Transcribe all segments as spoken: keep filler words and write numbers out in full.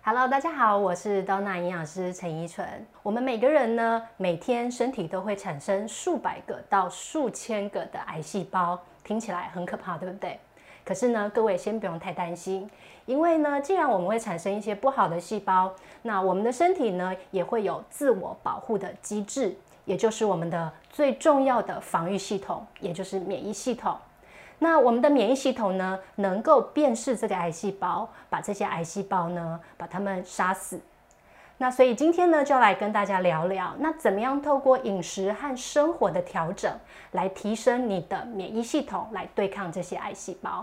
Hello， 大家好，我是 Donna 营养师陈怡纯。我们每个人呢，每天身体都会产生数百个到数千个的癌细胞，听起来很可怕，对不对？可是呢，各位先不用太担心，因为呢，既然我们会产生一些不好的细胞，那我们的身体呢，也会有自我保护的机制，也就是我们的最重要的防御系统，也就是免疫系统。那我们的免疫系统呢，能够辨识这个癌细胞，把这些癌细胞呢，把它们杀死。那所以今天呢，就要来跟大家聊聊，那怎么样透过饮食和生活的调整，来提升你的免疫系统，来对抗这些癌细胞。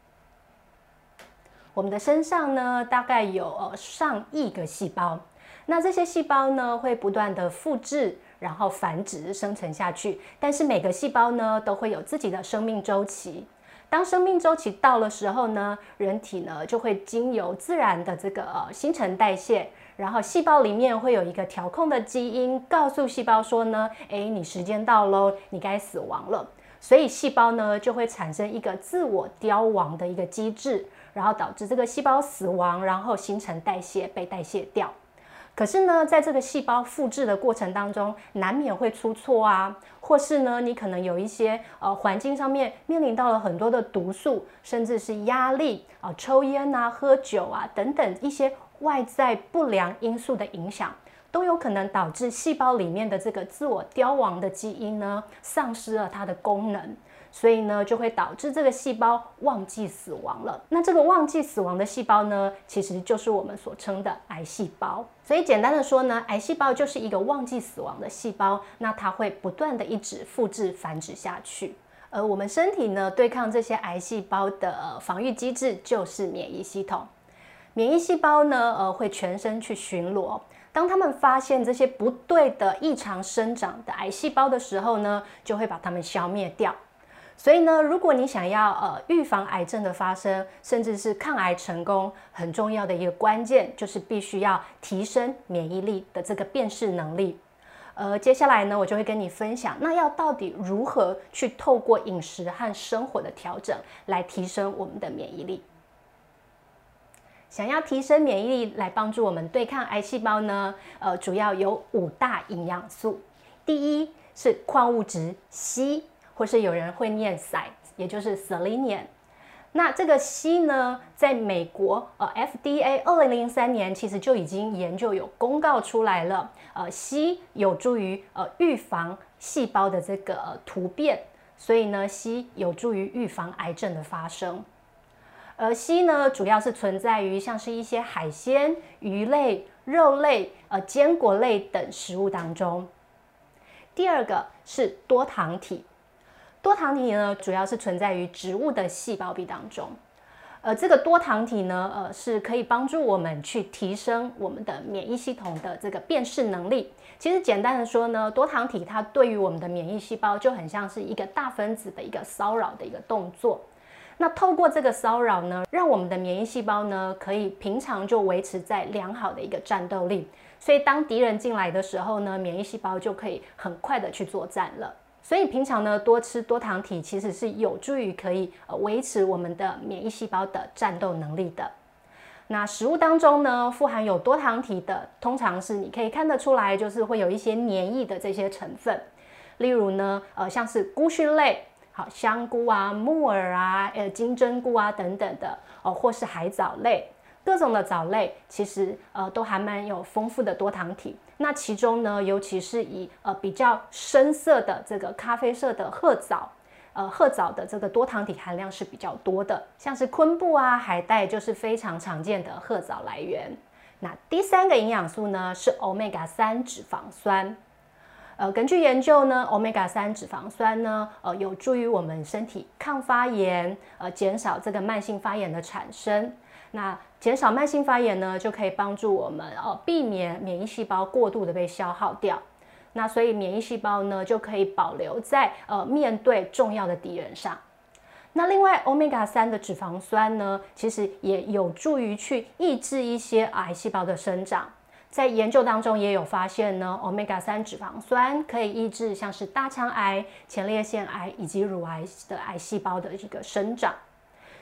我们的身上呢，大概有呃上亿个细胞，那这些细胞呢，会不断的复制，然后繁殖生成下去，但是每个细胞呢都会有自己的生命周期。当生命周期到的时候呢，人体呢就会经由自然的这个呃新陈代谢，然后细胞里面会有一个调控的基因，告诉细胞说呢，哎，你时间到喽，你该死亡了。所以细胞呢就会产生一个自我凋亡的一个机制，然后导致这个细胞死亡，然后新陈代谢被代谢掉。可是呢，在这个细胞复制的过程当中，难免会出错啊，或是呢，你可能有一些呃环境上面面临到了很多的毒素，甚至是压力啊、呃、抽烟啊、喝酒啊等等一些外在不良因素的影响，都有可能导致细胞里面的这个自我凋亡的基因呢，丧失了它的功能。所以呢，就会导致这个细胞忘记死亡了。那这个忘记死亡的细胞呢，其实就是我们所称的癌细胞。所以简单的说呢，癌细胞就是一个忘记死亡的细胞，那它会不断的一直复制繁殖下去。而我们身体呢，对抗这些癌细胞的防御机制就是免疫系统。免疫细胞呢，呃，会全身去巡逻。当他们发现这些不对的异常生长的癌细胞的时候呢，就会把它们消灭掉。所以呢，如果你想要呃预防癌症的发生，甚至是抗癌成功，很重要的一个关键就是必须要提升免疫力的这个辨识能力。呃，接下来呢，我就会跟你分享，那要到底如何去透过饮食和生活的调整来提升我们的免疫力。想要提升免疫力来帮助我们对抗癌细胞呢，呃，主要有五大营养素。第一是矿物质硒。或是有人会念 S I， 也就是 selenium。那这个硒呢，在美国呃 F D A 二零零三年其实就已经研究有公告出来了，呃，硒有助于呃预防细胞的这个、呃、突变，所以呢，硒有助于预防癌症的发生。而硒呢，主要是存在于像是一些海鲜、鱼类、肉类、呃坚果类等食物当中。第二个是多糖体。多糖体呢，主要是存在于植物的细胞壁当中，呃，这个多糖体呢，呃，是可以帮助我们去提升我们的免疫系统的这个辨识能力。其实简单的说呢，多糖体它对于我们的免疫细胞就很像是一个大分子的一个骚扰的一个动作。那透过这个骚扰呢，让我们的免疫细胞呢，可以平常就维持在良好的一个战斗力。所以当敌人进来的时候呢，免疫细胞就可以很快的去作战了。所以平常呢，多吃多糖体其实是有助于可以呃维持我们的免疫细胞的战斗能力的。那食物当中呢，富含有多糖体的，通常是你可以看得出来，就是会有一些黏液的这些成分，例如呢，呃，像是菇蕈类，好，香菇啊、木耳啊、呃金针菇啊等等的，哦、呃，或是海藻类。各种的藻类其实呃都还蛮有丰富的多糖体，那其中呢，尤其是以呃比较深色的这个咖啡色的褐藻，呃褐藻的这个多糖体含量是比较多的，像是昆布啊、海带就是非常常见的褐藻来源。那第三个营养素呢是 欧米伽三 脂肪酸。呃，根据研究呢 欧米伽三 脂肪酸呢，呃，有助于我们身体抗发炎，呃，减少这个慢性发炎的产生。那减少慢性发炎呢，就可以帮助我们呃避免免疫细胞过度的被消耗掉。那所以免疫细胞呢，就可以保留在呃面对重要的敌人上。那另外 欧米伽三 的脂肪酸呢，其实也有助于去抑制一些癌细胞的生长。在研究当中也有发现呢 欧米伽三 脂肪酸可以抑制像是大肠癌、前列腺癌以及乳癌的癌细胞的一个生长。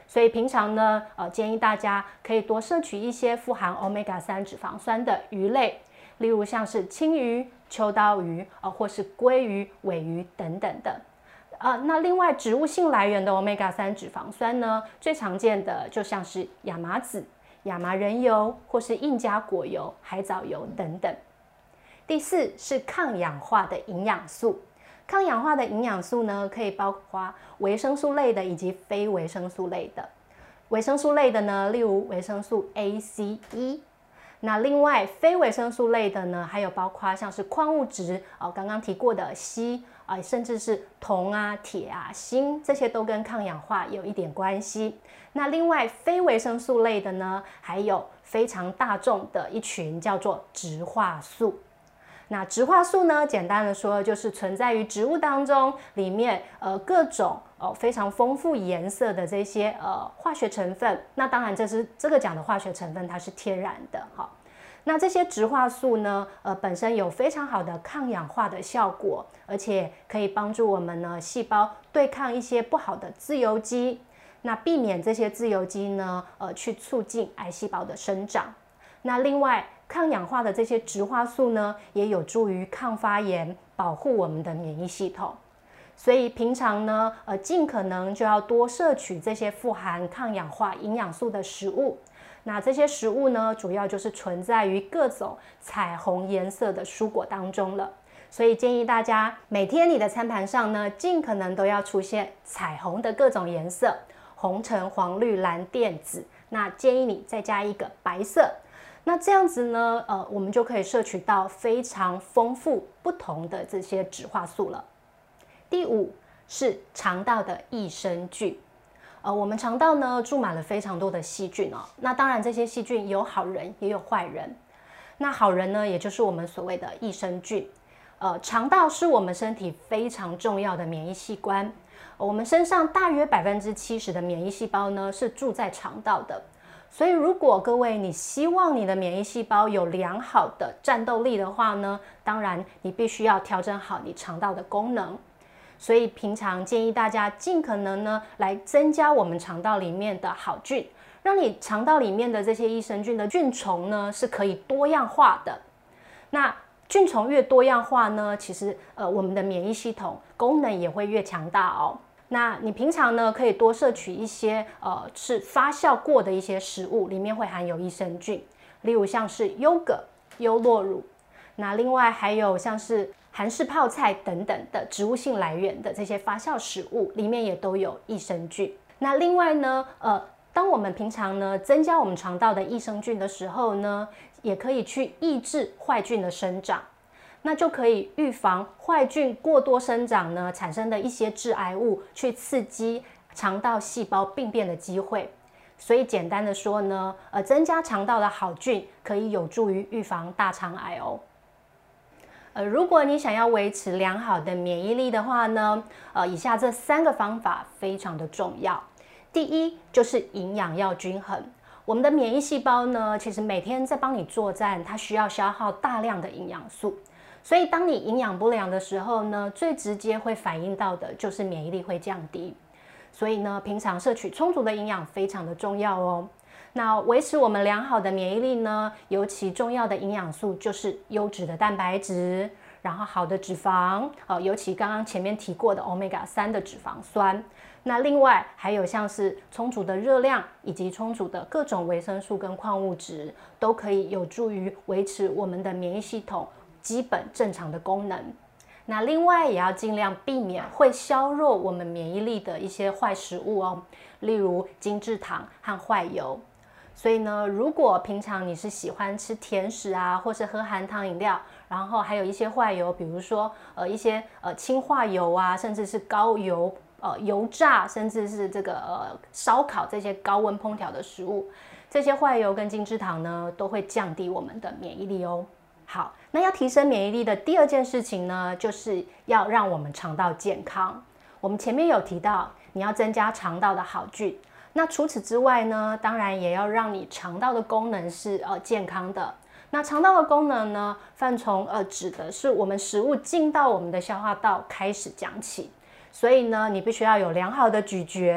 所以平常呢，呃，建议大家可以多摄取一些富含 欧米伽三 脂肪酸的鱼类，例如像是青鱼、秋刀鱼，呃，或是鲑鱼、尾鱼等等的。呃，那另外植物性来源的 欧米伽三 脂肪酸呢，最常见的就像是亚麻籽、亚麻仁油，或是印加果油、海藻油等等。第四是抗氧化的营养素。抗氧化的营养素呢，可以包括维生素类的以及非维生素类的。维生素类的呢，例如维生素 A、C、E。那另外非维生素类的呢，还有包括像是矿物质哦，刚刚提过的硒啊，甚至是铜啊、铁啊、锌，这些都跟抗氧化有一点关系。那另外非维生素类的呢，还有非常大众的一群叫做植化素。那植化素呢，简单的说就是存在于植物当中，里面呃各种哦非常丰富颜色的这些呃化学成分。那当然这是这个讲的化学成分，它是天然的哈。那这些植化素呢，呃本身有非常好的抗氧化的效果，而且可以帮助我们呢细胞对抗一些不好的自由基，那避免这些自由基呢呃去促进癌细胞的生长。那另外抗氧化的这些植化素呢，也有助于抗发炎，保护我们的免疫系统。所以平常呢，呃，尽可能就要多摄取这些富含抗氧化营养素的食物。那这些食物呢，主要就是存在于各种彩虹颜色的蔬果当中了。所以建议大家每天你的餐盘上呢，尽可能都要出现彩虹的各种颜色，红橙黄绿蓝靛紫。那建议你再加一个白色。那这样子呢，呃，我们就可以摄取到非常丰富不同的这些植化素了。第五是肠道的益生菌。呃，我们肠道呢住满了非常多的细菌哦。那当然这些细菌有好人也有坏人。那好人呢，也就是我们所谓的益生菌。呃，肠道是我们身体非常重要的免疫器官。我们身上大约百分之七十的免疫细胞呢是住在肠道的。所以如果各位你希望你的免疫细胞有良好的战斗力的话呢，当然你必须要调整好你肠道的功能。所以平常建议大家尽可能呢来增加我们肠道里面的好菌，让你肠道里面的这些益生菌的菌虫呢是可以多样化的。那菌虫越多样化呢，其实呃我们的免疫系统功能也会越强大哦。那你平常呢，可以多摄取一些呃是发酵过的一些食物，里面会含有益生菌，例如像是优格、优酪乳，那另外还有像是韩式泡菜等等的植物性来源的这些发酵食物，里面也都有益生菌。那另外呢，呃，当我们平常呢增加我们肠道的益生菌的时候呢，也可以去抑制坏菌的生长。那就可以预防坏菌过多生长呢产生的一些致癌物，去刺激肠道细胞病变的机会。所以简单的说呢，呃，增加肠道的好菌可以有助于预防大肠癌哦。呃，如果你想要维持良好的免疫力的话呢，呃，以下这三个方法非常的重要。第一就是营养要均衡。我们的免疫细胞呢，其实每天在帮你作战，它需要消耗大量的营养素。所以当你营养不良的时候呢，最直接会反映到的就是免疫力会降低。所以呢，平常摄取充足的营养非常的重要哦。那维持我们良好的免疫力呢，尤其重要的营养素就是优质的蛋白质，然后好的脂肪，呃，尤其刚刚前面提过的 欧米伽三 的脂肪酸。那另外还有像是充足的热量以及充足的各种维生素跟矿物质，都可以有助于维持我们的免疫系统基本正常的功能。那另外也要尽量避免会削弱我们免疫力的一些坏食物哦，例如精制糖和坏油。所以呢，如果平常你是喜欢吃甜食啊，或是喝含糖饮料，然后还有一些坏油，比如说呃一些呃氢化油啊，甚至是高油呃油炸，甚至是这个呃烧烤这些高温烹调的食物，这些坏油跟精制糖呢，都会降低我们的免疫力哦。好，那要提升免疫力的第二件事情呢，就是要让我们肠道健康。我们前面有提到，你要增加肠道的好菌。那除此之外呢，当然也要让你肠道的功能是呃健康的。那肠道的功能呢，泛从呃指的是我们食物进到我们的消化道开始讲起。所以呢，你必须要有良好的咀嚼，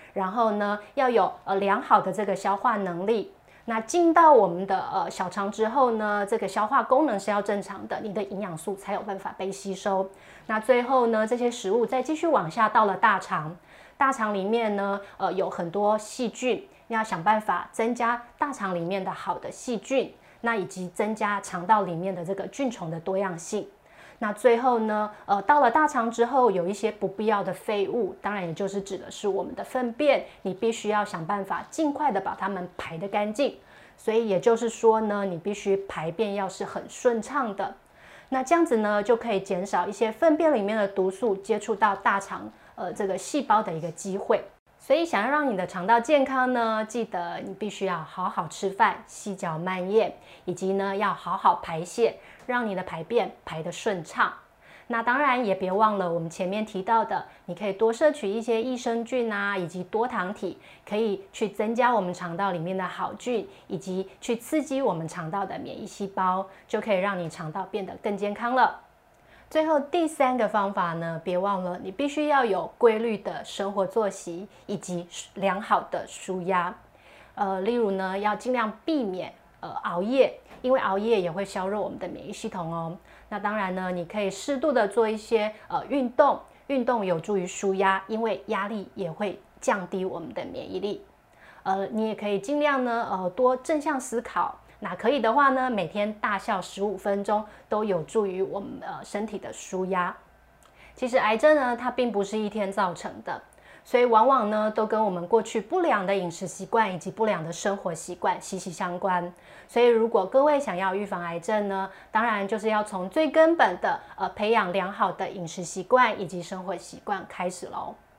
然后呢要有呃良好的这个消化能力。那进到我们的呃小肠之后呢，这个消化功能是要正常的，你的营养素才有办法被吸收。那最后呢，这些食物再继续往下到了大肠，大肠里面呢，呃有很多细菌，要想办法增加大肠里面的好的细菌，那以及增加肠道里面的这个菌虫的多样性。那最后呢，呃，到了大肠之后，有一些不必要的废物，当然也就是指的是我们的粪便，你必须要想办法尽快的把它们排得干净。所以也就是说呢，你必须排便要是很顺畅的。那这样子呢，就可以减少一些粪便里面的毒素接触到大肠呃这个细胞的一个机会。所以想要让你的肠道健康呢，记得你必须要好好吃饭，细嚼慢咽，以及呢要好好排泄，让你的排便排得顺畅。那当然也别忘了我们前面提到的，你可以多摄取一些益生菌啊，以及多糖体，可以去增加我们肠道里面的好菌，以及去刺激我们肠道的免疫细胞，就可以让你肠道变得更健康了。最后第三个方法呢，别忘了你必须要有规律的生活作息以及良好的舒压。呃，例如呢，要尽量避免呃熬夜，因为熬夜也会削弱我们的免疫系统哦。那当然呢，你可以适度的做一些呃运动，运动有助于舒压，因为压力也会降低我们的免疫力。呃，你也可以尽量呢呃多正向思考。那可以的话呢，每天大笑十五分钟都有助于我们呃身体的舒压。其实癌症呢，它并不是一天造成的，所以往往呢都跟我们过去不良的饮食习惯以及不良的生活习惯息息相关。所以如果各位想要预防癌症呢，当然就是要从最根本的呃培养良好的饮食习惯以及生活习惯开始咯。